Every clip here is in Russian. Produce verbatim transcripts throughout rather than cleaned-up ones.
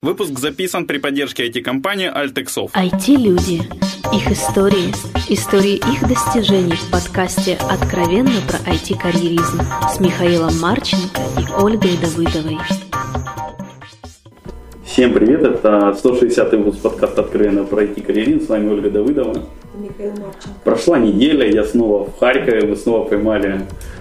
Выпуск записан при поддержке ай ти-компании Altexov. ай ти-люди. Их истории. Истории их достижений в подкасте «Откровенно про ай ти-карьеризм» с Михаилом Марченко и Ольгой Давыдовой. Всем привет, это сто шестидесятый выпуск подкаста «Откровенно про ай ти-карьеризм». С вами Ольга Давыдова. Михаил Марченко. Прошла неделя, я снова в Харькове, мы снова поймали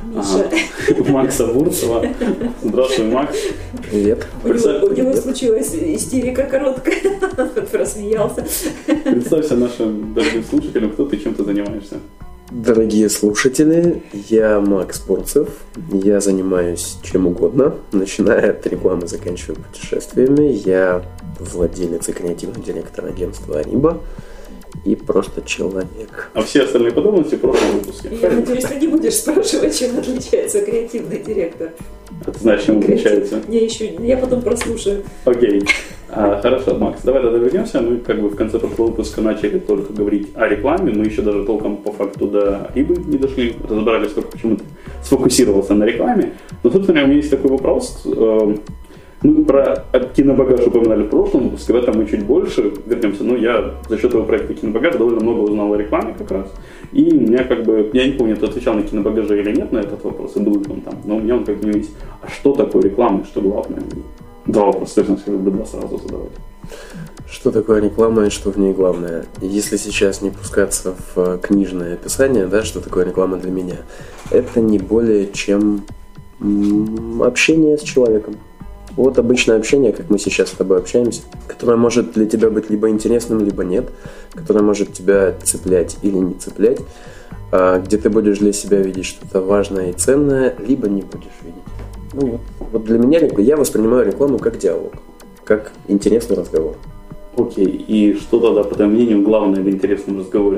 а, Макса Бурцева. Здравствуй, Макс. Привет. У него, у него случилась истерика короткая, он рассмеялся. Представься нашим дорогим слушателям, кто ты, чем ты занимаешься. Дорогие слушатели, я Макс Бурцев, я занимаюсь чем угодно, начиная от рекламы, заканчивая путешествиями. Я владелец и креативный директор агентства «Ариба» и просто человек. А все остальные подробности в прошлом выпуске. Я надеюсь, ты не будешь спрашивать, чем отличается креативный директор. А ты знаешь, чем отличается? Не, еще, я потом прослушаю. Окей. А, хорошо, Макс, давай тогда вернемся. Мы как бы в конце прошлого выпуска начали только говорить о рекламе. Мы еще даже толком по факту до Рибы не дошли. Разобрались только, почему ты сфокусировался на рекламе. Но, собственно, у меня есть такой вопрос. Мы про кинобагаж упоминали в прошлом выпуске, в этом мы чуть больше вернемся. Но я за счет этого проекта «Кинобагаж» довольно много узнал о рекламе как раз. И у меня как бы, я не помню, ты отвечал на «Кинобагаже» или нет на этот вопрос, и был он там. Но у меня он как бы есть. А что такое реклама и что главное? Два вопроса, точно, я люблю два сразу задавать. Что такое реклама и что в ней главное? Если сейчас не пускаться в книжное описание, да, что такое реклама для меня, это не более чем общение с человеком. Вот обычное общение, как мы сейчас с тобой общаемся, которое может для тебя быть либо интересным, либо нет, которое может тебя цеплять или не цеплять, где ты будешь для себя видеть что-то важное и ценное, либо не будешь видеть. Ну, вот, вот для меня я воспринимаю рекламу как диалог, как интересный разговор. Окей, и что тогда, по твоему мнению, главное в интересном разговоре?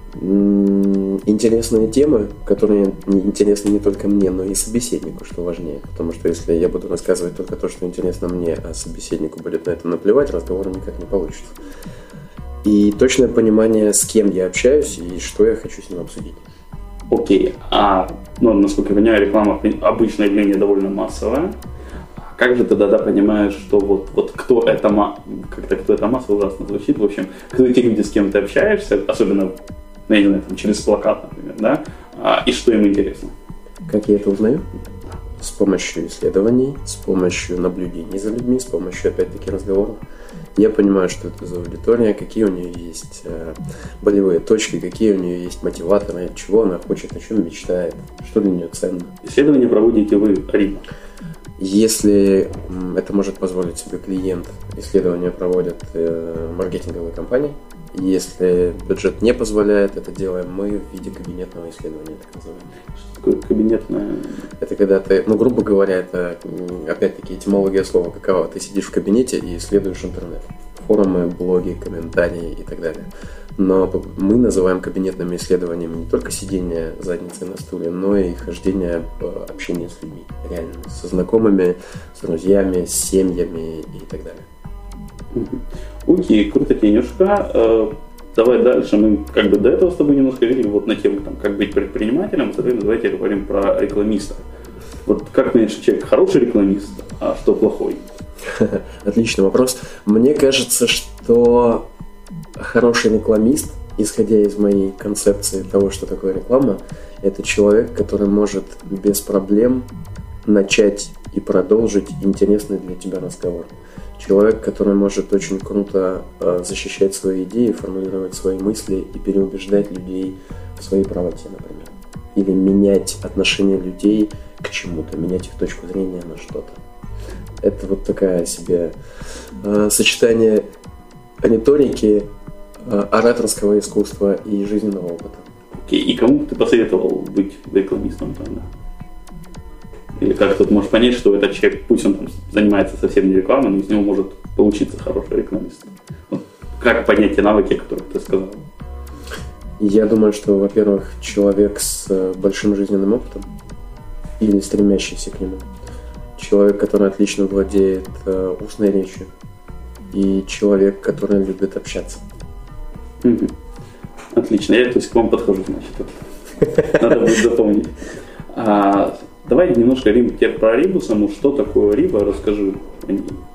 Интересные темы, которые интересны не только мне, но и собеседнику, что важнее. Потому что если я буду рассказывать только то, что интересно мне, а собеседнику будет на это наплевать, разговор никак не получится. И точное понимание, с кем я общаюсь и что я хочу с ним обсудить. Окей, а, ну, насколько я понимаю, реклама обычное явление довольно массовое. Как же ты тогда понимаешь, что вот, вот кто это масса, как-то кто это масса ужасно звучит, в общем, кто эти люди, с кем ты общаешься, особенно, ну, я не знаю, там, через плакат, например, да, а, и что им интересно? Как я это узнаю? С помощью исследований, с помощью наблюдений за людьми, с помощью, опять-таки, разговоров. Я понимаю, что это за аудитория, какие у нее есть э, болевые точки, какие у нее есть мотиваторы, чего она хочет, о чем мечтает, что для нее ценно. Исследования проводите вы, Ариба? Если это может позволить себе клиент, исследования проводят э, маркетинговые компании. Если бюджет не позволяет, это делаем мы в виде кабинетного исследования, так называемого. Что такое кабинетное? Это когда ты, ну, грубо говоря, это, опять-таки, этимология слова какова. Ты сидишь в кабинете и исследуешь интернет. Форумы, блоги, комментарии и так далее. Но мы называем кабинетными исследованиями не только сидение задницей на стуле, но и хождение, общение с людьми, реально, со знакомыми, с друзьями, с семьями и так далее. Окей, круто, Тенюшка. Давай дальше. Мы как бы до этого с тобой немножко говорили вот на тему, там, как быть предпринимателем. Соответственно, давайте говорим про рекламиста. Вот как понять, что человек хороший рекламист, а что плохой? Отличный вопрос. Мне кажется, что хороший рекламист, исходя из моей концепции того, что такое реклама, это человек, который может без проблем начать и продолжить интересный для тебя разговор. Человек, который может очень круто э, защищать свои идеи, формулировать свои мысли и переубеждать людей в своей правоте, например. Или менять отношение людей к чему-то, менять их точку зрения на что-то. Это вот такая себе э, сочетание риторики, э, ораторского искусства и жизненного опыта. Окей, и кому ты посоветовал быть рекламистом тогда? Или как тут можешь понять, что этот человек, пусть он там занимается совсем не рекламой, но из него может получиться хороший рекламист? Вот как понять те навыки, о которых ты сказал? Я думаю, что, во-первых, человек с большим жизненным опытом или стремящийся к нему. Человек, который отлично владеет э, устной речью. И человек, который любит общаться. Mm-hmm. Отлично. Я, то есть, к вам подхожу, значит. Надо будет запомнить. А, давай немножко Рибу, теперь про Рибу саму. Что такое Риба? Расскажи о ней.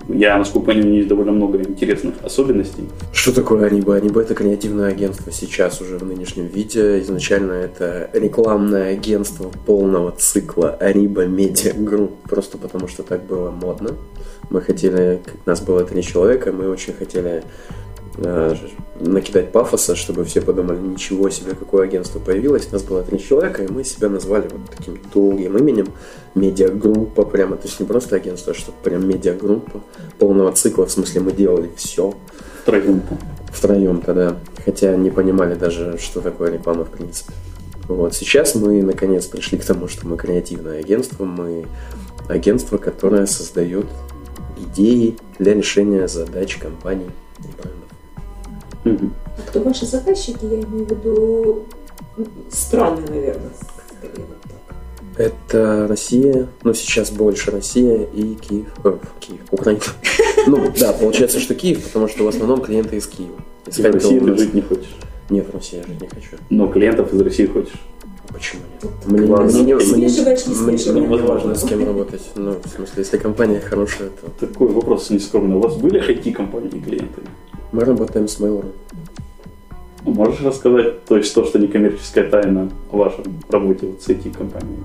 Я, насколько понимаю, у них есть довольно много интересных особенностей. Что такое Ариба? Ариба — это креативное агентство сейчас уже в нынешнем виде. Изначально это рекламное агентство полного цикла Ариба Media Group, просто потому что так было модно. Мы хотели, нас было три человека, мы очень хотели э, накидать пафоса, чтобы все подумали, ничего себе, какое агентство появилось. Нас было три человека, и мы себя назвали вот таким долгим именем медиагруппа прямо, то есть не просто агентство, а что прям медиагруппа полного цикла, в смысле мы делали все. Втроем-то. Втроем-то, да. Хотя не понимали даже, что такое реклама в принципе. Вот. Сейчас мы наконец пришли к тому, что мы креативное агентство, мы агентство, которое создает идеи для решения задач компаний и брендов. Угу. А кто ваши заказчики, я имею в виду страны, наверное, скорее вот так. Это Россия, ну сейчас больше Россия и Киев. О, Киев, Украина. Ну да, получается, что Киев, потому что в основном клиенты из Киева. В России ты жить не хочешь? Нет, в России я жить не хочу. Но клиентов из России хочешь? Почему нет? Мне, Ладно, не, не- не, мне- смешиваешь, не Мне смешиваешь. не важно, с кем работать. Ну, в смысле, если компания хорошая, то Такой вопрос нескромный. У вас были ай ти-компании клиентами? мы работаем с Mail.ru. Можешь рассказать, то есть то, что не коммерческая тайна о вашем работе вот с ай ти-компанией?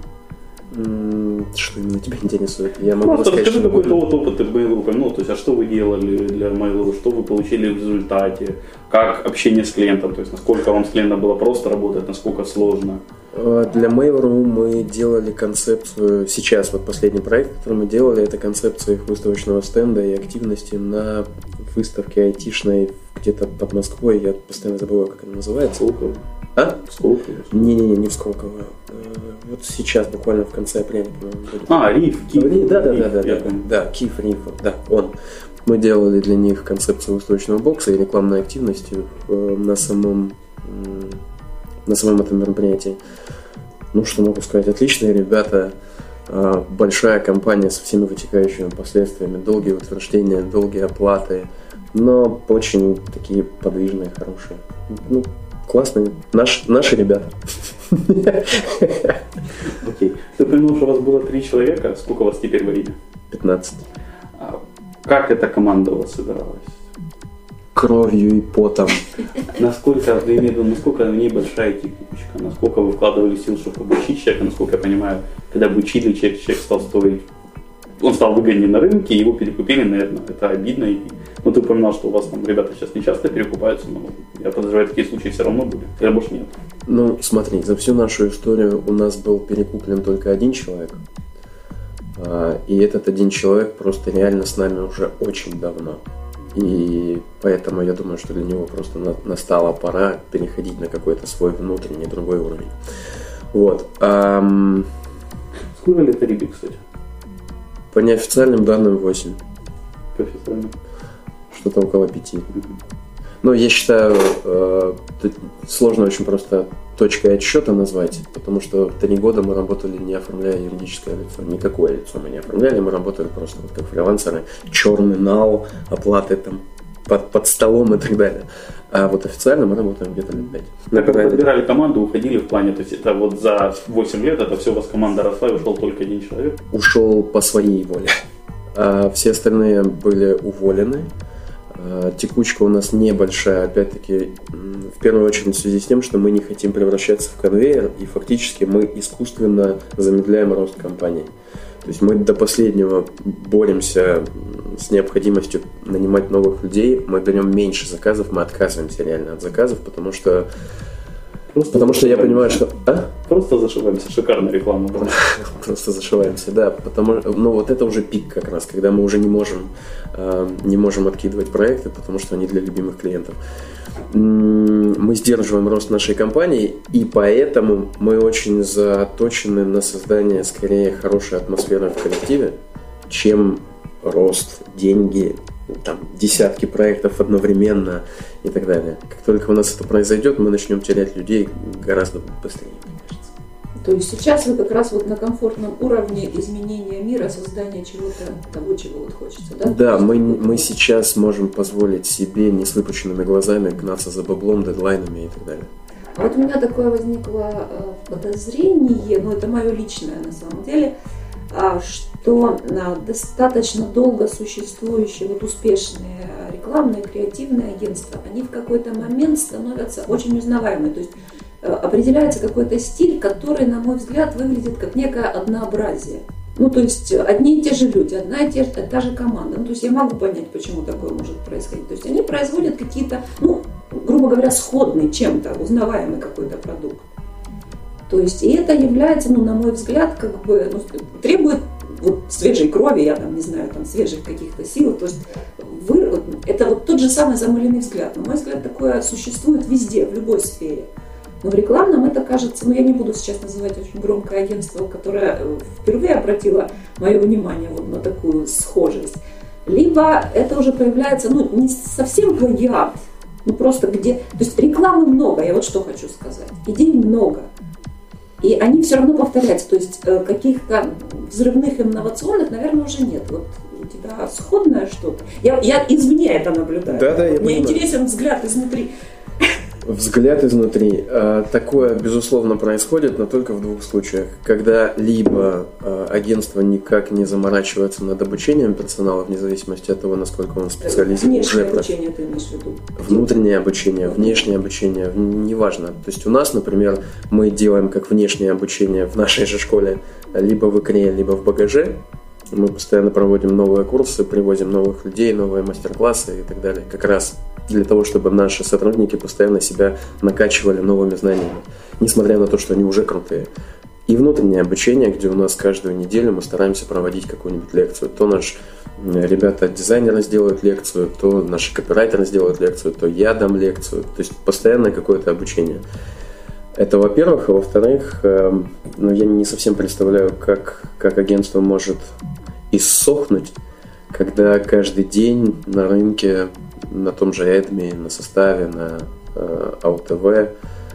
М, Что именно тебя интересует? Я могу Просто рассказать, расскажи что какой-то буду. вот опыт Mail.ru, ну, то есть, а что вы делали для Mail.ru, что вы получили в результате, как общение с клиентом, то есть, насколько вам с клиентом было просто работать, насколько сложно. Э, Для Mail.ru мы делали концепцию, сейчас вот последний проект, который мы делали, это концепция их выставочного стенда и активности на выставке айтишной где-то под Москвой, я постоянно забываю, как она называется. Сколково? А? Сколково? Не-не-не, не в Сколково. Э, Вот сейчас, буквально в конце апреля, по-моему, будет. А, Риф, Киев. Ри- Да, да, Риф, да, да, я да, понял. да, Киев Риф, да, он. Мы делали для них концепцию выставочного бокса и рекламной активности э, на самом м, на самом этом мероприятии. Ну, что могу сказать, отличные ребята, э, большая компания со всеми вытекающими последствиями, долгие утверждения, долгие оплаты, но очень такие подвижные, хорошие. Ну, классные, Наш, наши ребята. Окей. Ты упомянул, что у вас было три человека, сколько у вас теперь в Риме? пятнадцать. А как эта команда у вас собиралась? Кровью и потом. Насколько, я имею в виду, насколько в ней большая текучка, насколько вы вкладывали сил, чтобы обучить человека, насколько я понимаю, когда обучили человека, человек стал стоить, он стал выгоднее на рынке, его перекупили, наверное, это обидно. И, ну, ты упоминал, что у вас там ребята сейчас не часто перекупаются, но я подозреваю, такие случаи все равно были, или больше нет. Ну, смотри, за всю нашу историю у нас был перекуплен только один человек. А, И этот один человек просто реально с нами уже очень давно. И поэтому я думаю, что для него просто на- настала пора переходить на какой-то свой внутренний другой уровень. Вот. Ам, Сколько лет Рибе, кстати, По неофициальным данным восемь. профессионально? Что-то около пяти. Но я считаю, э, тут сложно очень просто точкой отсчета назвать, потому что три года мы работали, не оформляя юридическое лицо. Никакое лицо мы не оформляли, мы работали просто вот как фрилансеры, черный нал, оплаты там под, под столом и так далее. А вот официально мы работаем где-то лет пять. Как вы подбирали команду, уходили в плане, то есть это вот за восемь лет, это все у вас команда росла и ушел только один человек? Ушел по своей воле. А все остальные были уволены. А, Текучка у нас небольшая, опять-таки, м, в первую очередь в связи с тем, что мы не хотим превращаться в конвейер, и фактически мы искусственно замедляем рост компании. То есть мы до последнего боремся м, с необходимостью нанимать новых людей, мы берем меньше заказов, мы отказываемся реально от заказов, потому что, Просто потому что я зашиваемся. понимаю, что... А? Просто зашиваемся, шикарная реклама была. Просто зашиваемся, да, потому ну вот это уже пик как раз, когда мы уже не можем э, не можем откидывать проекты, потому что они для любимых клиентов. М, Мы сдерживаем рост нашей компании, и поэтому мы очень заточены на создание скорее хорошей атмосферы в коллективе, чем рост, деньги, там, десятки проектов одновременно и так далее. Как только у нас это произойдет, мы начнем терять людей гораздо быстрее, мне кажется. То есть сейчас вы как раз вот на комфортном уровне изменения мира, создания чего-то, того, чего вот хочется, да? Да, мы, мы сейчас можем позволить себе не с выпущенными глазами гнаться за баблом, дедлайнами и так далее. А вот у меня такое возникло э, подозрение, но это мое личное на самом деле. что достаточно долго существующие вот успешные рекламные, креативные агентства, они в какой-то момент становятся очень узнаваемыми. То есть определяется какой-то стиль, который, на мой взгляд, выглядит как некое однообразие. Ну, то есть одни и те же люди, одна и те, та же команда. Ну, то есть я могу понять, почему такое может происходить. То есть они производят какие-то, ну, грубо говоря, сходный чем-то, узнаваемый какой-то продукт. То есть и это является, ну, на мой взгляд, как бы, ну, требует вот свежей крови, я там не знаю, там свежих каких-то сил. То есть вы, это вот тот же самый замыленный взгляд. На мой взгляд, такое существует везде, в любой сфере. Но в рекламном это кажется, ну я не буду сейчас называть очень громкое агентство, которое впервые обратило мое внимание вот на такую схожесть. Либо это уже появляется, ну не совсем плагиат, ну просто где... То есть рекламы много, я вот что хочу сказать. Идей много. И они все равно повторяются. То есть каких-то взрывных инновационных, наверное, уже нет. Вот у тебя сходное что-то. Я, я извне это наблюдаю. Да, да, я Мне понимаю. интересен взгляд изнутри. Взгляд изнутри. Такое, безусловно, происходит, но только в двух случаях. Когда либо агентство никак не заморачивается над обучением персонала, вне зависимости от того, насколько он специализирован. Внешнее обучение ты имеешь в виду? Внутреннее обучение, внешнее обучение, неважно. То есть у нас, например, мы делаем как внешнее обучение в нашей же школе, либо в икре, либо в багаже. Мы постоянно проводим новые курсы, привозим новых людей, новые мастер-классы и так далее. Как раз для того, чтобы наши сотрудники постоянно себя накачивали новыми знаниями, несмотря на то, что они уже крутые. И внутреннее обучение, где у нас каждую неделю мы стараемся проводить какую-нибудь лекцию. То наш ребята-дизайнеры сделают лекцию, то наши копирайтеры сделают лекцию, то я дам лекцию. То есть постоянное какое-то обучение. Это во-первых. А во-вторых, э, ну, я не совсем представляю, как, как агентство может иссохнуть, когда каждый день на рынке, на том же Эдми, на составе, на э, АУТВ э,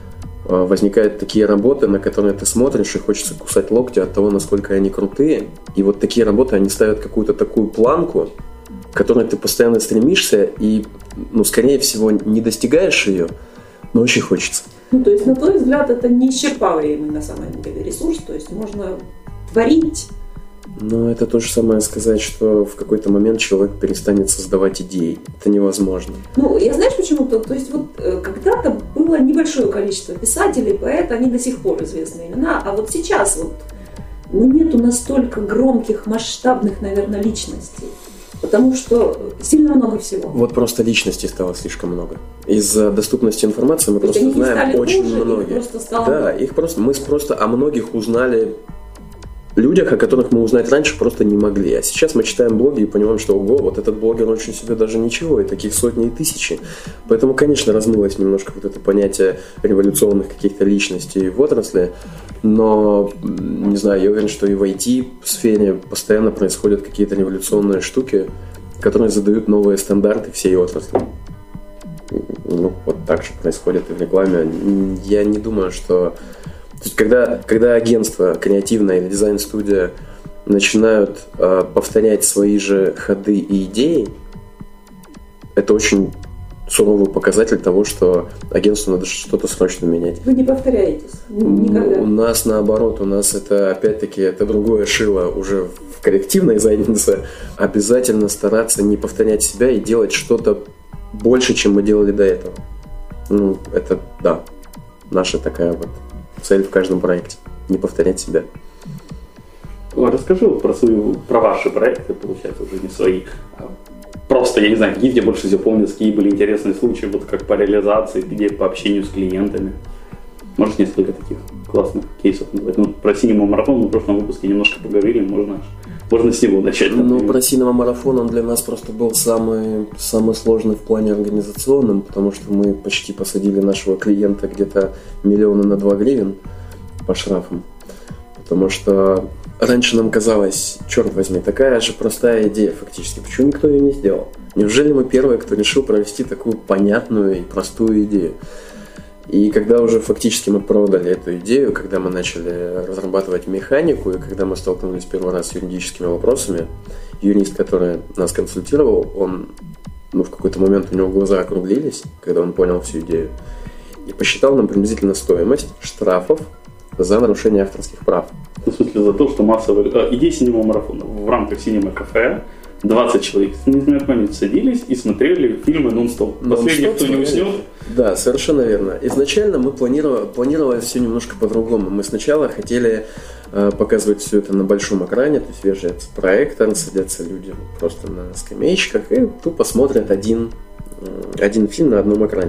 возникают такие работы, на которые ты смотришь и хочется кусать локти от того, насколько они крутые. И вот такие работы, они ставят какую-то такую планку, к которой ты постоянно стремишься и, ну, скорее всего, не достигаешь ее, но очень хочется. Ну, то есть, на твой взгляд, это неисчерпаемый на самом деле ресурс, то есть можно творить. Но это то же самое сказать, что в какой-то момент человек перестанет создавать идеи. Это невозможно. Ну, я знаешь почему? То, то есть, вот когда-то было небольшое количество писателей, поэтов, они до сих пор известные имена, а вот сейчас вот, ну, нету настолько громких, масштабных, наверное, личностей. Потому что сильно много всего. Вот просто личностей стало слишком много. Из-за доступности информации мы То просто знаем очень хуже, многих. Их просто стало да, много. их просто, мы просто о многих узнали людях, о которых мы узнать раньше просто не могли. А сейчас мы читаем блоги и понимаем, что ого, вот этот блогер очень себе даже ничего, и таких сотни и тысячи. Поэтому, конечно, размылось немножко вот это понятие революционных каких-то личностей в отрасли. Но, не знаю, я уверен, что и в ай ти-сфере постоянно происходят какие-то революционные штуки, которые задают новые стандарты всей отрасли. Ну, вот так же происходит и в рекламе. Я не думаю, что... То есть, когда, когда агентство креативное или дизайн-студия начинают э, повторять свои же ходы и идеи, это очень суровый показатель того, что агентству надо что-то срочно менять. Вы не повторяетесь никогда? У нас наоборот, у нас это опять-таки это другое шило уже в коллективной заднице. Обязательно стараться не повторять себя и делать что-то больше, чем мы делали до этого. Ну, это, да, наша такая вот цель в каждом проекте. Не повторять себя. Расскажи про, свою, про ваши проекты, получается, уже не свои. Просто, я не знаю, какие тебе больше всего помнятся, какие были интересные случаи, вот как по реализации, где по общению с клиентами. Может, несколько таких классных кейсов назвать. Ну, про Cinema Marathon мы в прошлом выпуске немножко поговорили, можно, можно с него начать. Ну, про Cinema Marathon он для нас просто был самый, самый сложный в плане организационном, потому что мы почти посадили нашего клиента где-то миллиона на два гривен по штрафам. Потому что раньше нам казалось, черт возьми, такая же простая идея фактически. Почему никто ее не сделал? Неужели мы первые, кто решил провести такую понятную и простую идею? И когда уже фактически мы продали эту идею, когда мы начали разрабатывать механику, и когда мы столкнулись первый раз с юридическими вопросами, юрист, который нас консультировал, он, ну, в какой-то момент у него глаза округлились, когда он понял всю идею, и посчитал нам приблизительно стоимость штрафов за нарушение авторских прав. В смысле, за то, что массовая... А, идея синема-марафона. В рамках синема-кафе двадцать человек садились и смотрели фильмы нон-стоп. Последний, кто не уснет. Да, совершенно верно. Изначально мы планировали, планировали все немножко по-другому. Мы сначала хотели э, показывать все это на большом экране, то есть вешается проектор, садятся люди просто на скамеечках и тупо смотрят один, э, один фильм на одном экране.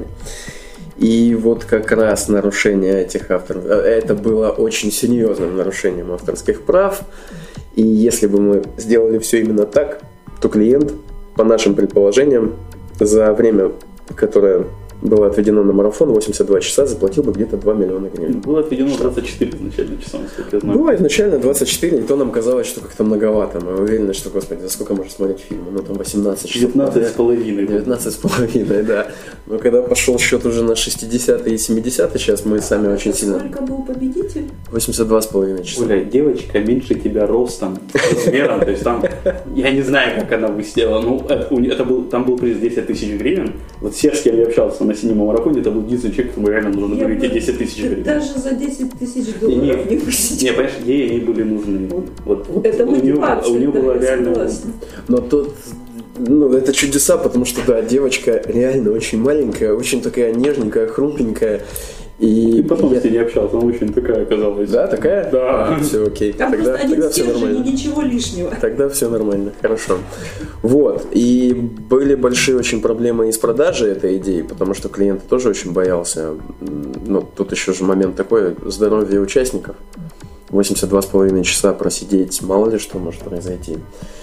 И вот как раз нарушение этих авторов, это было очень серьезным нарушением авторских прав. И если бы мы сделали все именно так, то клиент, по нашим предположениям, за время, которое было отведено на марафон, восемьдесят два часа, заплатил бы где-то два миллиона гривен. Было отведено двадцать четыре изначально часа, насколько я знаю. Было изначально двадцать четыре, и то нам казалось, что как-то многовато. Мы уверены, что, господи, за сколько можно смотреть фильмы? Ну, там восемнадцать часов. девятнадцать с половиной. девятнадцать с половиной, да. Но когда пошел счет уже на шестидесятый и семидесятый час, мы сами очень сильно... Сколько был победитель? восемьдесят два с половиной часа. Оля, девочка меньше тебя ростом, размером, то есть там, я не знаю, как она высела, ну, это, это был, там был приз десять тысяч гривен. Вот все, с кем я общался на синема-марафоне, это был единственный человек, которому реально нужно было идти десять тысяч гривен. Даже за десять тысяч долларов не, не посидел. Не, понимаешь, ей они были нужны. Вот, вот, это мотивация. У нее была реально... Но тут... Ну, это чудеса, потому что, да, девочка реально очень маленькая, очень такая нежненькая, хрупенькая. И, и потом я... с ней не общался, она очень такая оказалась. Да, такая? Да. А, все окей. Там тогда, просто один тогда все стержень нормально. И ничего лишнего. Тогда все нормально, хорошо. Вот, и были большие очень проблемы и с продажей этой идеи, потому что клиент тоже очень боялся. Ну, тут еще же момент такой, здоровье участников. восемьдесят два с половиной часа просидеть, мало ли что может произойти.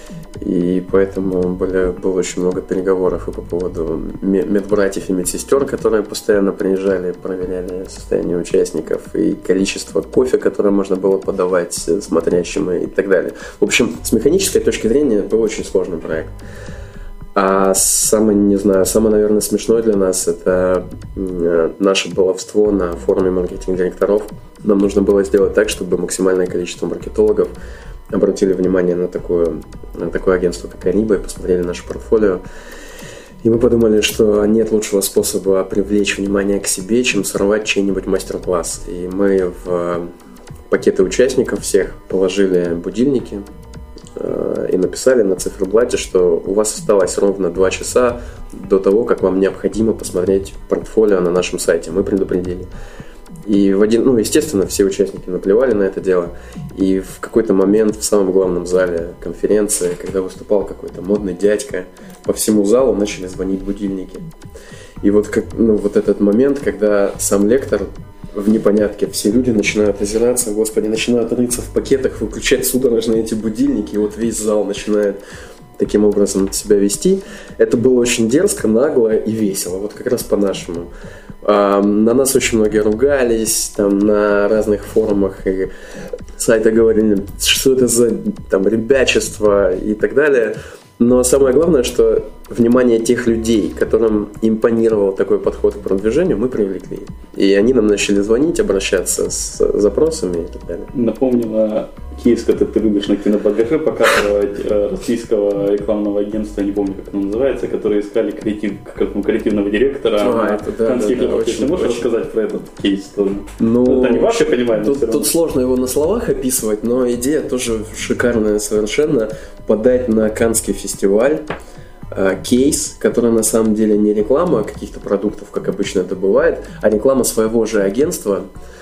И поэтому были, было очень много переговоров и по поводу медбратьев и медсестер, которые постоянно приезжали, проверяли состояние участников, и количество кофе, которое можно было подавать смотрящим и так далее. В общем, с механической точки зрения был очень сложный проект. А самое, не знаю, самое, наверное, смешное для нас — это наше баловство на форуме маркетинг-директоров. Нам нужно было сделать так, чтобы максимальное количество маркетологов обратили внимание на такое, на такое агентство, как Ариба, и посмотрели наше портфолио. И мы подумали, что нет лучшего способа привлечь внимание к себе, чем сорвать чей-нибудь мастер-класс. И мы в пакеты участников всех положили будильники э, и написали на циферблате, что у вас осталось ровно два часа до того, как вам необходимо посмотреть портфолио на нашем сайте. Мы предупредили. И в один, ну, естественно, все участники наплевали на это дело. И в какой-то момент в самом главном зале конференции, когда выступал какой-то модный дядька, по всему залу начали звонить будильники. И вот, как, ну, вот этот момент, когда сам лектор в непонятке, все люди начинают озираться, господи, начинают рыться в пакетах, выключать судорожно эти будильники, и вот весь зал начинает таким образом себя вести. Это было очень дерзко, нагло и весело, вот как раз по-нашему. На нас очень многие ругались, там на разных форумах и сайтах говорили, что это за там ребячество и так далее. Но самое главное, что внимание тех людей, которым импонировал такой подход к продвижению, мы привлекли. И они нам начали звонить, обращаться с запросами и так далее. Напомнила кейс, который ты любишь на кинобагаже показывать, э, российского рекламного агентства, не помню, как оно называется, которые искали креатив, как, ну, креативного директора. А, это, да, да, да, очень, ты можешь очень... рассказать про этот кейс тоже? Ну, это не ваше понимание? Тут, тут сложно его на словах описывать, но идея тоже шикарная совершенно. Подать на Каннский фестиваль э, кейс, который на самом деле не реклама каких-то продуктов, как обычно это бывает, а реклама своего же агентства.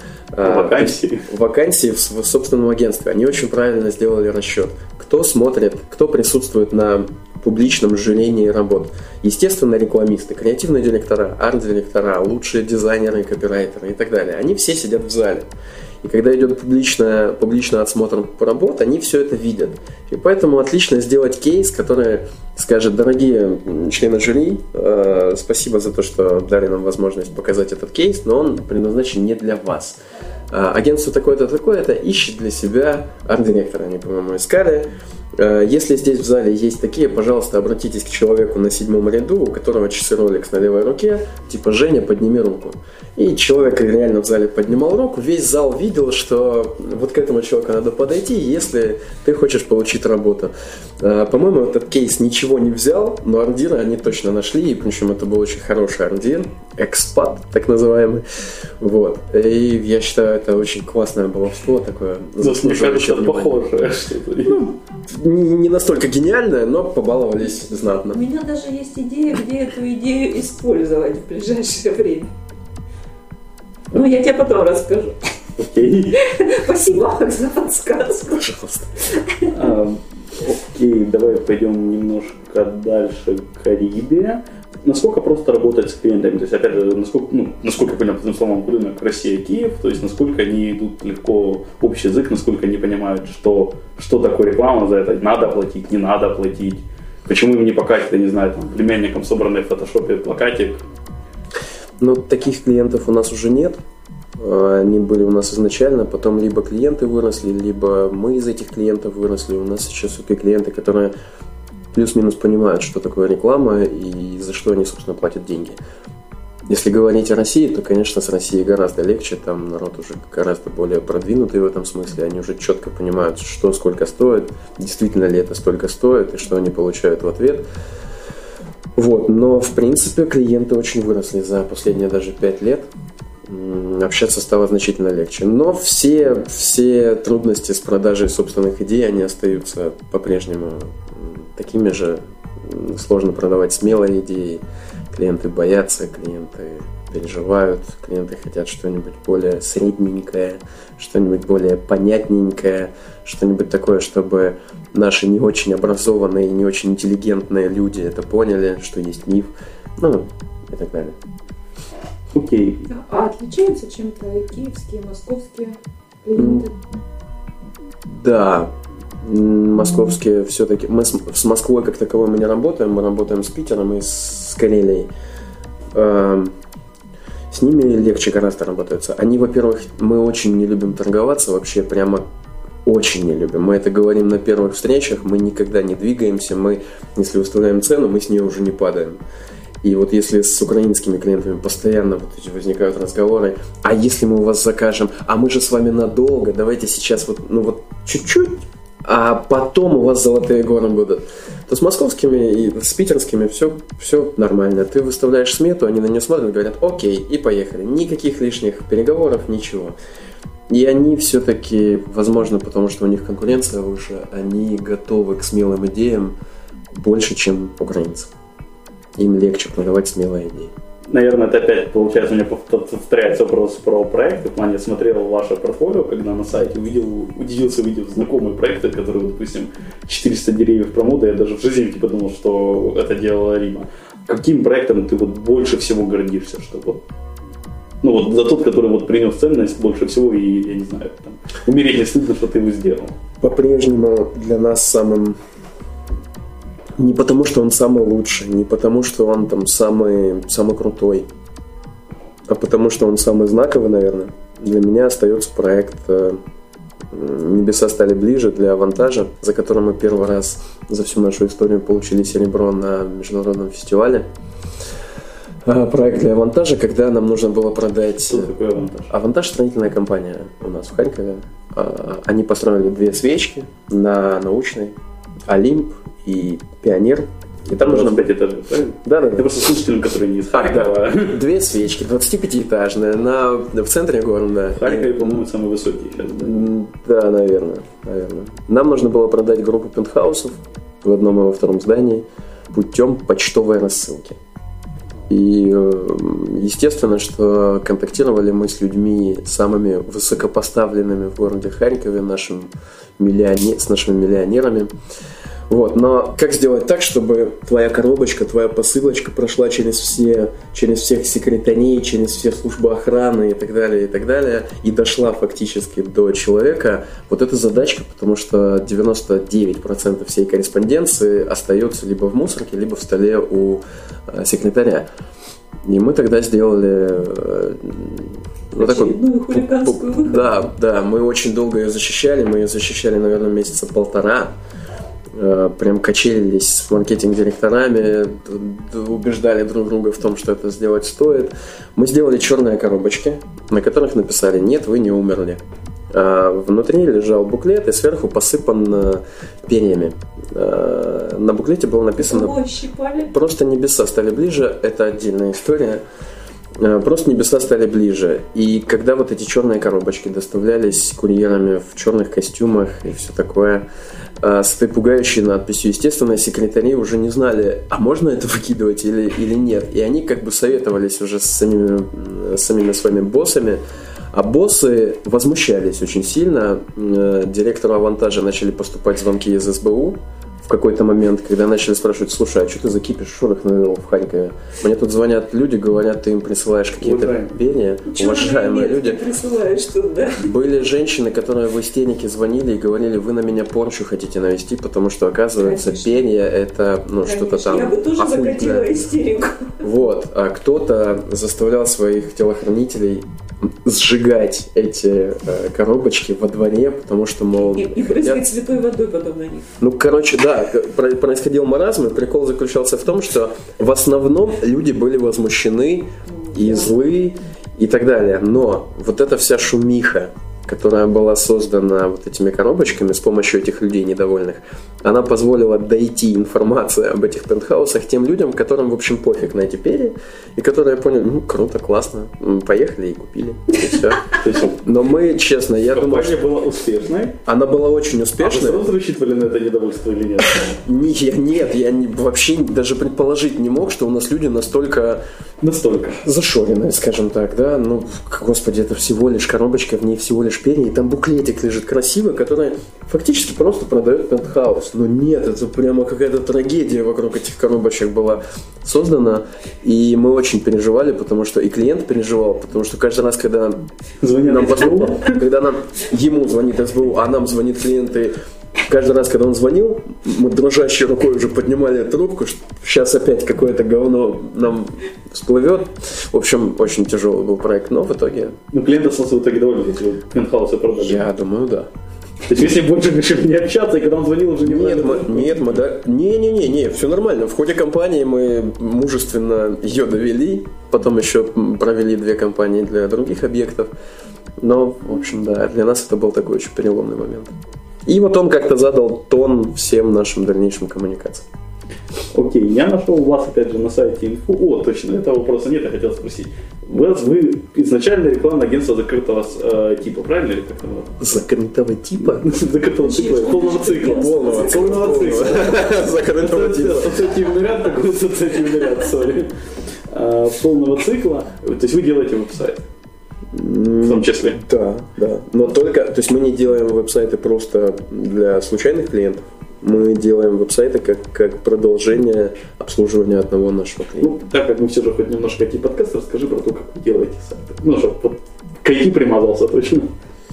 Э, вакансии. Вакансии в, в собственном агентстве. Они очень правильно сделали расчет. Кто смотрит, кто присутствует на публичном жюрении работ. Естественно, рекламисты, креативные директора, арт-директора, лучшие дизайнеры, копирайтеры и так далее. Они все сидят в зале. И когда идет публичный, публичный отсмотр работ, они все это видят. И поэтому отлично сделать кейс, который скажет: дорогие члены жюри, э, спасибо за то, что дали нам возможность показать этот кейс, но он предназначен не для вас. Э, агентство такое-то, такое-то ищет для себя арт-директора, они, по-моему, искали. Э, если здесь в зале есть такие, пожалуйста, обратитесь к человеку на седьмом ряду, у которого часы Rolex на левой руке, типа: Женя, подними руку. И человек реально в зале поднимал руку, весь зал видел, что вот к этому человеку надо подойти, если ты хочешь получить работу. По-моему, этот кейс ничего не взял, но ардира они точно нашли, и причем это был очень хороший ардир. экспат, так называемый. Вот. И я считаю, это очень классное баловство такое. Мне кажется, похоже что-то. Ну, не, не настолько гениальное, но побаловались знатно. У меня даже есть идея, где эту идею использовать в ближайшее время. Ну, я тебе потом расскажу. Окей. Спасибо за подсказку. Пожалуйста. А, окей, давай пойдем немножко дальше к Карибе. Насколько просто работать с клиентами? То есть, опять же, насколько, ну, насколько я понял, по этим словам, рынок Россия, Киев, то есть, насколько они идут легко общий язык, насколько они понимают, что, что такое реклама за это, надо платить, не надо платить, почему им не покатить, я не знаю, там, племянникам собранный в фотошопе плакатик. Ну, таких клиентов у нас уже нет. Они были у нас изначально, потом либо клиенты выросли, либо мы из этих клиентов выросли. У нас сейчас все клиенты, которые плюс-минус понимают, что такое реклама и за что они, собственно, платят деньги. Если говорить о России, то, конечно, с Россией гораздо легче. Там народ уже гораздо более продвинутый в этом смысле. Они уже четко понимают, что сколько стоит, действительно ли это столько стоит и что они получают в ответ. Вот. Но, в принципе, клиенты очень выросли за последние даже пять лет. Общаться стало значительно легче. Но все, все трудности с продажей собственных идей, они остаются по-прежнему такими же. Сложно продавать смелые идеи. Клиенты боятся, клиенты переживают, клиенты хотят что-нибудь более средненькое, что-нибудь более понятненькое, что-нибудь такое, чтобы наши не очень образованные, не очень интеллигентные люди это поняли, что есть миф, ну и так далее. Окей. А отличаются чем-то киевские, московские клиенты? Да, московские все-таки. Мы с, с Москвой как таковой мы не работаем, мы работаем с Питером и с Карелией. Э, с ними легче гораздо работается. Они, во-первых, мы очень не любим торговаться, вообще прямо очень не любим. Мы это говорим на первых встречах, мы никогда не двигаемся, мы, если выставляем цену, мы с нее уже не падаем. И вот если с украинскими клиентами постоянно вот эти возникают разговоры, а если мы у вас закажем, а мы же с вами надолго, давайте сейчас вот, ну вот чуть-чуть, а потом у вас золотые горы будут, то с московскими и с питерскими все, все нормально. Ты выставляешь смету, они на нее смотрят, говорят окей, и поехали. Никаких лишних переговоров, ничего. И они все-таки, возможно, потому что у них конкуренция выше, они готовы к смелым идеям больше, чем украинцы. Им легче продавать смелые идеи. Наверное, это опять, получается, у меня повторяется вопрос про проекты. В плане, смотрел ваше портфолио, когда на сайте увидел, удивился, увидев знакомые проекты, которые, допустим, четыреста деревьев промода, я даже в жизни типа думал, что это делала Рима. Каким проектом ты вот больше всего гордишься, что вот, ну вот за тот, который вот принес ценность больше всего, и, я не знаю, там, умереть не стыдно, что ты его сделал? По-прежнему для нас самым... Не потому, что он самый лучший, не потому, что он там самый, самый крутой, а потому, что он самый знаковый, наверное. Для меня остается проект «Небеса стали ближе» для «Авантажа», за которым мы первый раз за всю нашу историю получили серебро на международном фестивале. Проект для «Авантажа», когда нам нужно было продать... Что такое «Авантаж»? «Авантаж» — строительная компания у нас в Харькове. Они построили две свечки на Научной, «Олимп» и «Пионер». И там нужно пять этажей, правильно? Да, да, это да. просто слушателям, которые не из Харькова. Да. Две свечки, двадцатипятиэтажные, на, в центре города. В Харькове, по-моему, самые высокие сейчас. Да, да наверное, наверное. Нам нужно было продать группу пентхаусов в одном и во втором здании путем почтовой рассылки. И естественно, что контактировали мы с людьми самыми высокопоставленными в городе Харькове, нашим миллионер, с нашими миллионерами. Вот, но как сделать так, чтобы твоя коробочка, твоя посылочка прошла через все, через всех секретарей, через все службы охраны и так далее, и так далее, и дошла фактически до человека? Вот эта задачка, потому что девяносто девять процентов всей корреспонденции остается либо в мусорке, либо в столе у э, секретаря. И мы тогда сделали... Э, ну, такой, хулиганскую. Да, да, мы очень долго ее защищали, мы ее защищали, наверное, месяца полтора. Прям качелились с маркетинг-директорами, убеждали друг друга в том, что это сделать стоит. Мы сделали черные коробочки, на которых написали «Нет, вы не умерли». А внутри лежал буклет и сверху посыпан перьями. На буклете было написано «Просто небеса стали ближе». Это отдельная история. Просто небеса стали ближе. И когда вот эти черные коробочки доставлялись курьерами в черных костюмах и все такое, с этой пугающей надписью, естественно, секретари уже не знали, а можно это выкидывать или, или нет. И они как бы советовались уже с самими, с самими своими боссами. А боссы возмущались очень сильно. Директору Авантажа начали поступать звонки из эс бэ у в какой-то момент, когда начали спрашивать: слушай, а что ты за кипиш шорох навел в Харькове? Мне тут звонят люди, говорят, ты им присылаешь какие-то пения. Уважаемые люди. Присылаешь тут, да? Были женщины, которые в истерике звонили и говорили: вы на меня порчу хотите навести, потому что, оказывается, Конечно. пение это ну, что-то там. Я бы тоже оккультное. Закатила истерику. Вот. А кто-то заставлял своих телохранителей сжигать эти э, коробочки во дворе, потому что, мол... И, и брызгать святой водой потом на них. Ну, короче, да, происходил маразм, и прикол заключался в том, что в основном люди были возмущены и злы и так далее. Но вот эта вся шумиха, которая была создана вот этими коробочками с помощью этих людей недовольных, она позволила дойти информацию об этих пентхаусах тем людям, которым, в общем, пофиг на эти перья, и которые поняли: ну, круто, классно, поехали и купили, и все. Но мы, честно, я думаю, компания была успешной. Она была очень успешной. А вы сразу рассчитывали на это недовольство или нет? Нет, нет, я не, вообще даже предположить не мог, что у нас люди настолько... Настолько. Зашоренные, скажем так, да. Ну, господи, это всего лишь коробочка, в ней всего лишь перья, и там буклетик лежит красивый, который фактически просто продает пентхаус. Но нет, это прямо какая-то трагедия вокруг этих коробочек была создана, и мы очень переживали, потому что и клиент переживал, потому что каждый раз, когда звонят нам позвонил, когда нам ему звонит эс бэ у, а нам звонит клиент, и каждый раз, когда он звонил, мы дрожащей рукой уже поднимали трубку, что сейчас опять какое-то говно нам всплывет. В общем, очень тяжелый был проект, но в итоге... Ну, клиент остался в итоге доволен, если вы пентхаусы продали. Я думаю, да. То есть вы с ним больше решили не общаться, и когда он звонил, уже не Нет, мы, нет, мы да... Не-не-не, не, все нормально. В ходе кампании мы мужественно ее довели, потом еще провели две кампании для других объектов. Но, в общем, да, для нас это был такой очень переломный момент. И вот он как-то задал тон всем нашим дальнейшим коммуникациям. Окей, я нашел у вас опять же на сайте инфу. О, точно, этого вопроса нет, я хотел спросить. Вы, вы изначально рекламное агентство закрытого э, типа, правильно или как это было? Закрытого типа? Закрытого типа, полного цикла. Полного цикла. Закрытого типа. Ассоциативный ряд, такой ассоциативный ряд, сори. Полного цикла. То есть вы делаете веб-сайт? В том числе. Да, да. Но только, то есть мы не делаем веб-сайты просто для случайных клиентов. Мы делаем веб-сайты как, как продолжение обслуживания одного нашего клиента. Ну, так как мы все же хоть немножко ай ти-подкаст, расскажи про то, как вы делаете сайты. Ну, чтобы вот к ай ти примазался точно.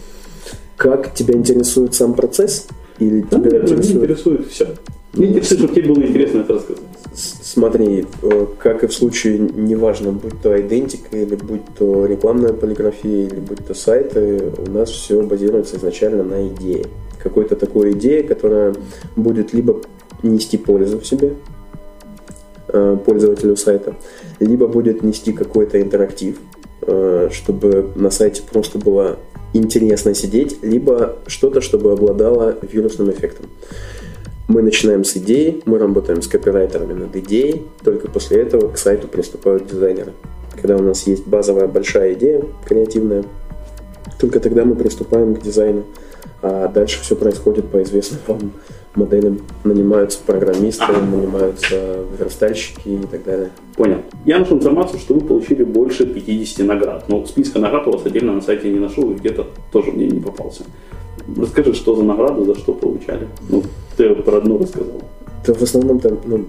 Как тебя интересует сам процесс? Или да, тебя нет, интересует... Меня интересует все. Мне интересует, чтобы тебе было интересно это рассказать. Смотри, как и в случае, неважно, будь то идентика, или будь то рекламная полиграфия, или будь то сайты, у нас все базируется изначально на идее. Какой-то такой идее, которая будет либо нести пользу в себе пользователю сайта, либо будет нести какой-то интерактив, чтобы на сайте просто было интересно сидеть, либо что-то, чтобы обладало вирусным эффектом. Мы начинаем с идеи, мы работаем с копирайтерами над идеей, только после этого к сайту приступают дизайнеры. Когда у нас есть базовая большая идея, креативная, только тогда мы приступаем к дизайну. А дальше все происходит по известным вам моделям. Нанимаются программисты, ага. нанимаются верстальщики и так далее. Понял. Я нашел информацию, что вы получили больше пятьдесят наград. Но списка наград у вас отдельно на сайте не нашел, и где-то тоже мне не попался. Расскажи, что за награды, за что получали? Ну, ты про одну рассказал. Да в основном там, ну,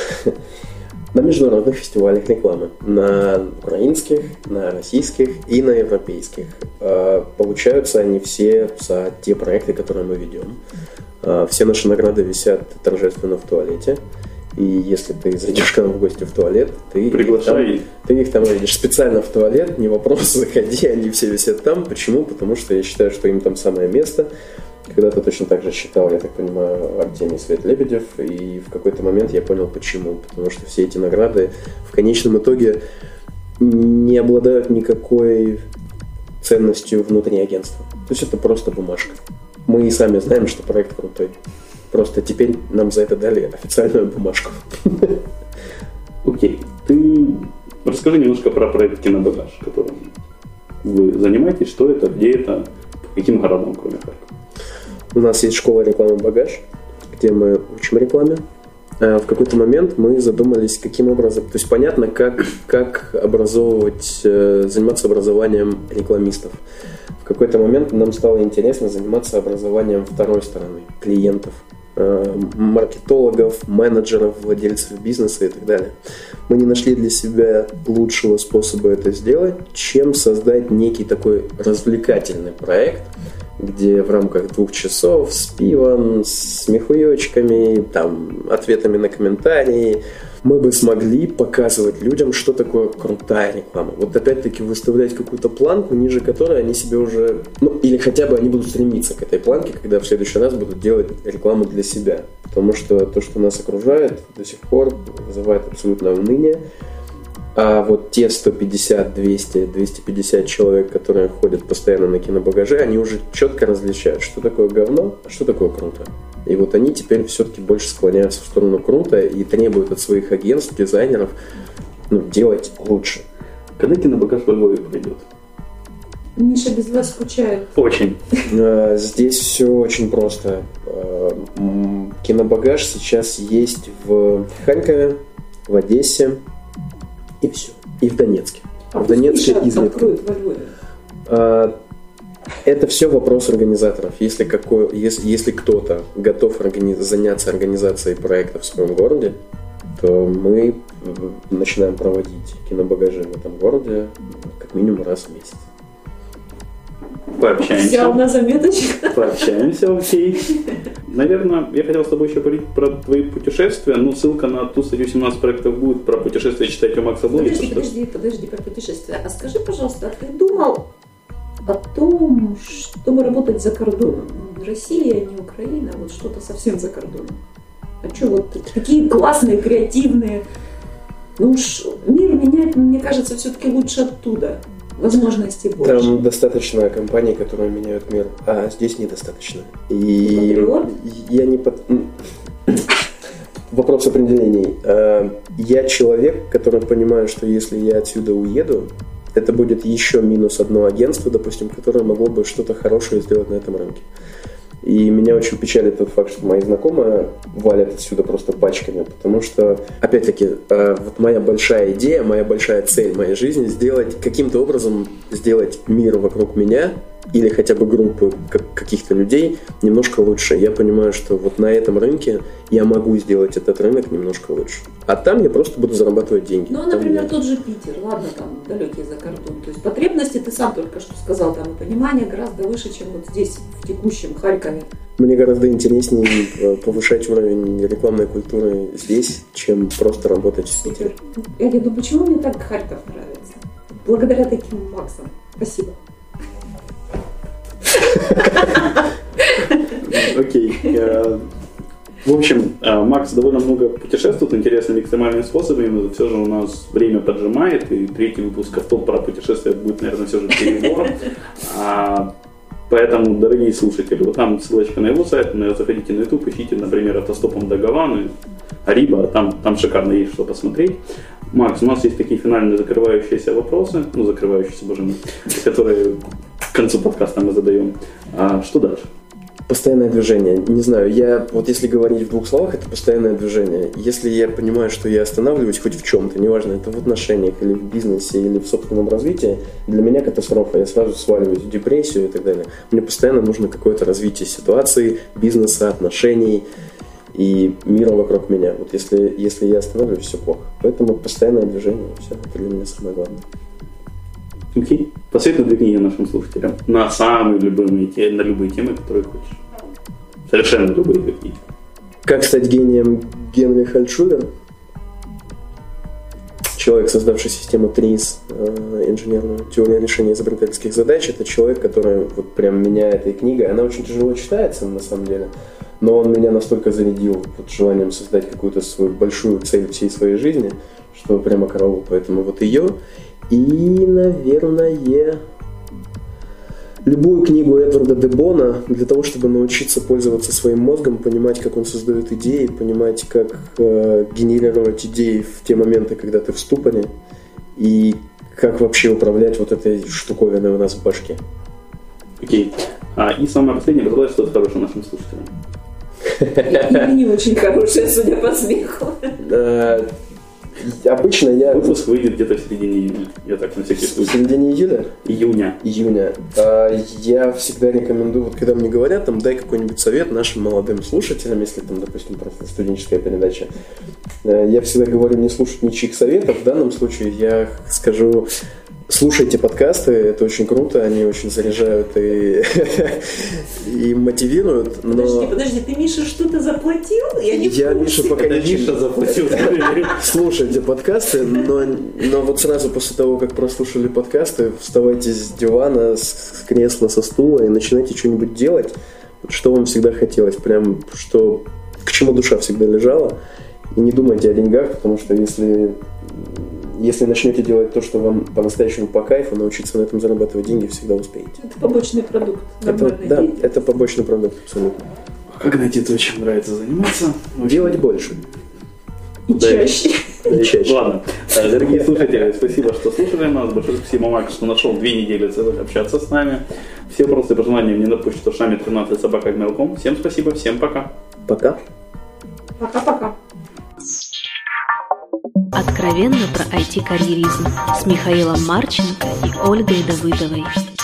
на международных фестивалях рекламы, на украинских, на российских и на европейских. Получаются они все за те проекты, которые мы ведем. Все наши награды висят торжественно в туалете. И если ты зайдешь к нам в гости в туалет, ты, Приглашай. Их, там, ты их там видишь специально в туалет, не вопрос, заходи, они все висят там. Почему? Потому что я считаю, что им там самое место. Когда-то точно так же считал, я так понимаю, Артемий Свет-Лебедев, и в какой-то момент я понял, почему. Потому что все эти награды в конечном итоге не обладают никакой ценностью внутри агентства. То есть это просто бумажка. Мы и сами знаем, что проект крутой. Просто теперь нам за это дали официальную бумажку. Окей. Ты Расскажи немножко про проект «Кинобагаж», которым вы занимаетесь, что это, где это, по каким городам, кроме Харькова. У нас есть школа рекламы «Багаж», где мы учим рекламе. В какой-то момент мы задумались, каким образом, то есть понятно, как, как образовывать, заниматься образованием рекламистов. В какой-то момент нам стало интересно заниматься образованием второй стороны, клиентов, маркетологов, менеджеров, владельцев бизнеса и так далее. Мы не нашли для себя лучшего способа это сделать, чем создать некий такой развлекательный проект, где в рамках двух часов с пивом, с смехуёчками, там, ответами на комментарии мы бы смогли показывать людям, что такое крутая реклама. Вот опять-таки выставлять какую-то планку, ниже которой они себе уже, ну, или хотя бы они будут стремиться к этой планке, когда в следующий раз будут делать рекламу для себя. Потому что то, что нас окружает, до сих пор вызывает абсолютное уныние. А вот те сто пятьдесят, двести, двести пятьдесят человек, которые ходят постоянно на кинобагаже, они уже четко различают, что такое говно, а что такое круто. И вот они теперь все-таки больше склоняются в сторону круто и требуют от своих агентств, дизайнеров, ну, делать лучше. Когда кинобагаж во Львове пройдет? Миша без вас скучает. Очень. Здесь все очень просто. Кинобагаж сейчас есть в Харькове, в Одессе, и все. И в Донецке. А в Донецке изредка. А, это все вопрос организаторов. Если, какой, если, если кто-то готов органи- заняться организацией проекта в своем городе, то мы начинаем проводить кинобагажи в этом городе как минимум раз в месяц. Пообщаемся. Взял на заметочку. Пообщаемся, окей. Наверное, я хотел с тобой еще говорить про твои путешествия, но ссылка на ту статью семнадцать проектов будет про путешествия читать у Макса Блоги. Подожди, подожди, подожди, про путешествия. А скажи, пожалуйста, а ты думал о том, чтобы работать за кордоном? Россия, не Украина, вот что-то совсем за кордоном. А что вот такие классные, креативные? Ну уж мир менять, мне кажется, все-таки лучше оттуда. Возможностей больше. Там достаточно компаний, которые меняют мир, а здесь недостаточно. И Патриот? я не под... Вопрос определений. Я человек, который понимает, что если я отсюда уеду, это будет еще минус одно агентство, допустим, которое могло бы что-то хорошее сделать на этом рынке. И меня очень печалит тот факт, что мои знакомые валят отсюда просто пачками, потому что, опять-таки, вот моя большая идея, моя большая цель моей жизни сделать, каким-то образом сделать мир вокруг меня или хотя бы группы каких-то людей немножко лучше. Я понимаю, что вот на этом рынке я могу сделать этот рынок немножко лучше. А там я просто буду зарабатывать деньги. Ну, например, я... тот же Питер, ладно, там далекий за кордон. То есть потребности, ты сам только что сказал, там и понимание гораздо выше, чем вот здесь, в текущем Харькове. Мне гораздо интереснее повышать уровень рекламной культуры здесь, чем просто работать в Питере. Я говорю, ну почему мне так Харьков нравится? Благодаря таким Максам. Спасибо. Окей. В общем, Макс довольно много путешествует интересными экстремальными способами, но все же у нас время поджимает, и третий выпуск «Автоп» про путешествия будет, наверное, все же перебором. Поэтому, дорогие слушатели, вот там ссылочка на его сайт, заходите на YouTube, ищите, например, «Автостопом до Гаваны», Ариба, там, там шикарно есть что посмотреть. Макс, у нас есть такие финальные закрывающиеся вопросы, ну, закрывающиеся, боже мой, которые к концу подкаста мы задаем. А что дальше? Постоянное движение. Не знаю, я вот если говорить в двух словах, это постоянное движение. Если я понимаю, что я останавливаюсь хоть в чем-то, неважно, это в отношениях, или в бизнесе, или в собственном развитии, для меня катастрофа. Я сразу сваливаюсь в депрессию и так далее. Мне постоянно нужно какое-то развитие ситуации, бизнеса, отношений и мира вокруг меня. Вот если, если я останавливаюсь, все плохо. Поэтому постоянное движение, все, это для меня самое главное. Окей. Посоветуй две книги нашим слушателям на самые любимые темы, на любые темы, которые хочешь. Совершенно любые две книги. «Как стать гением» Генрих Альтшулер. Человек, создавший систему ТРИЗ, инженерную теорию решения изобретательских задач. Это человек, который вот прям меня этой книгой, она очень тяжело читается на самом деле, но он меня настолько зарядил вот желанием создать какую-то свою большую цель всей своей жизни, что прямо караул. Поэтому вот ее. И, наверное, любую книгу Эдварда де Бона для того, чтобы научиться пользоваться своим мозгом, понимать, как он создает идеи, понимать, как э, генерировать идеи в те моменты, когда ты в ступоре, и как вообще управлять вот этой штуковиной у нас в башке. Окей. А, и самое последнее, пожелать что-то хорошее нашим слушателям. И не очень хорошее, судя по смеху. Обычно я... Выпуск выйдет где-то в середине июня. Я так на всякий случай. В середине июля? Июня. Июня. Я всегда рекомендую, вот когда мне говорят, там, дай какой-нибудь совет нашим молодым слушателям, если там, допустим, просто студенческая передача. Я всегда говорю не слушать ничьих советов. В данном случае я скажу... Слушайте подкасты, это очень круто, они очень заряжают и, и мотивируют. Но... Подожди, подожди, ты Мише что-то заплатил? Я не Я Миша пока это не Миша заплатил. Слушайте подкасты, но, но вот сразу после того, как прослушали подкасты, вставайте с дивана, с кресла, со стула и начинайте что-нибудь делать, что вам всегда хотелось, прям что к чему душа всегда лежала. И не думайте о деньгах, потому что если... Если начнете делать то, что вам по-настоящему по кайфу, научиться на этом зарабатывать деньги всегда успеете. Это побочный продукт. Это, да, это побочный продукт, абсолютно. Как найти то, чем нравится заниматься? Делать больше. И да, чаще. Да, и чаще. Ладно. Дорогие слушатели, спасибо, что слушали нас. Большое спасибо, Макс, что нашел две недели целых общаться с нами. Все вопросы и пожелания мне на почту шами тринадцать собака джи мейл точка ком. Всем спасибо, всем пока. Пока. Пока-пока. Откровенно про ай ти-карьеризм с Михаилом Марченко и Ольгой Давыдовой.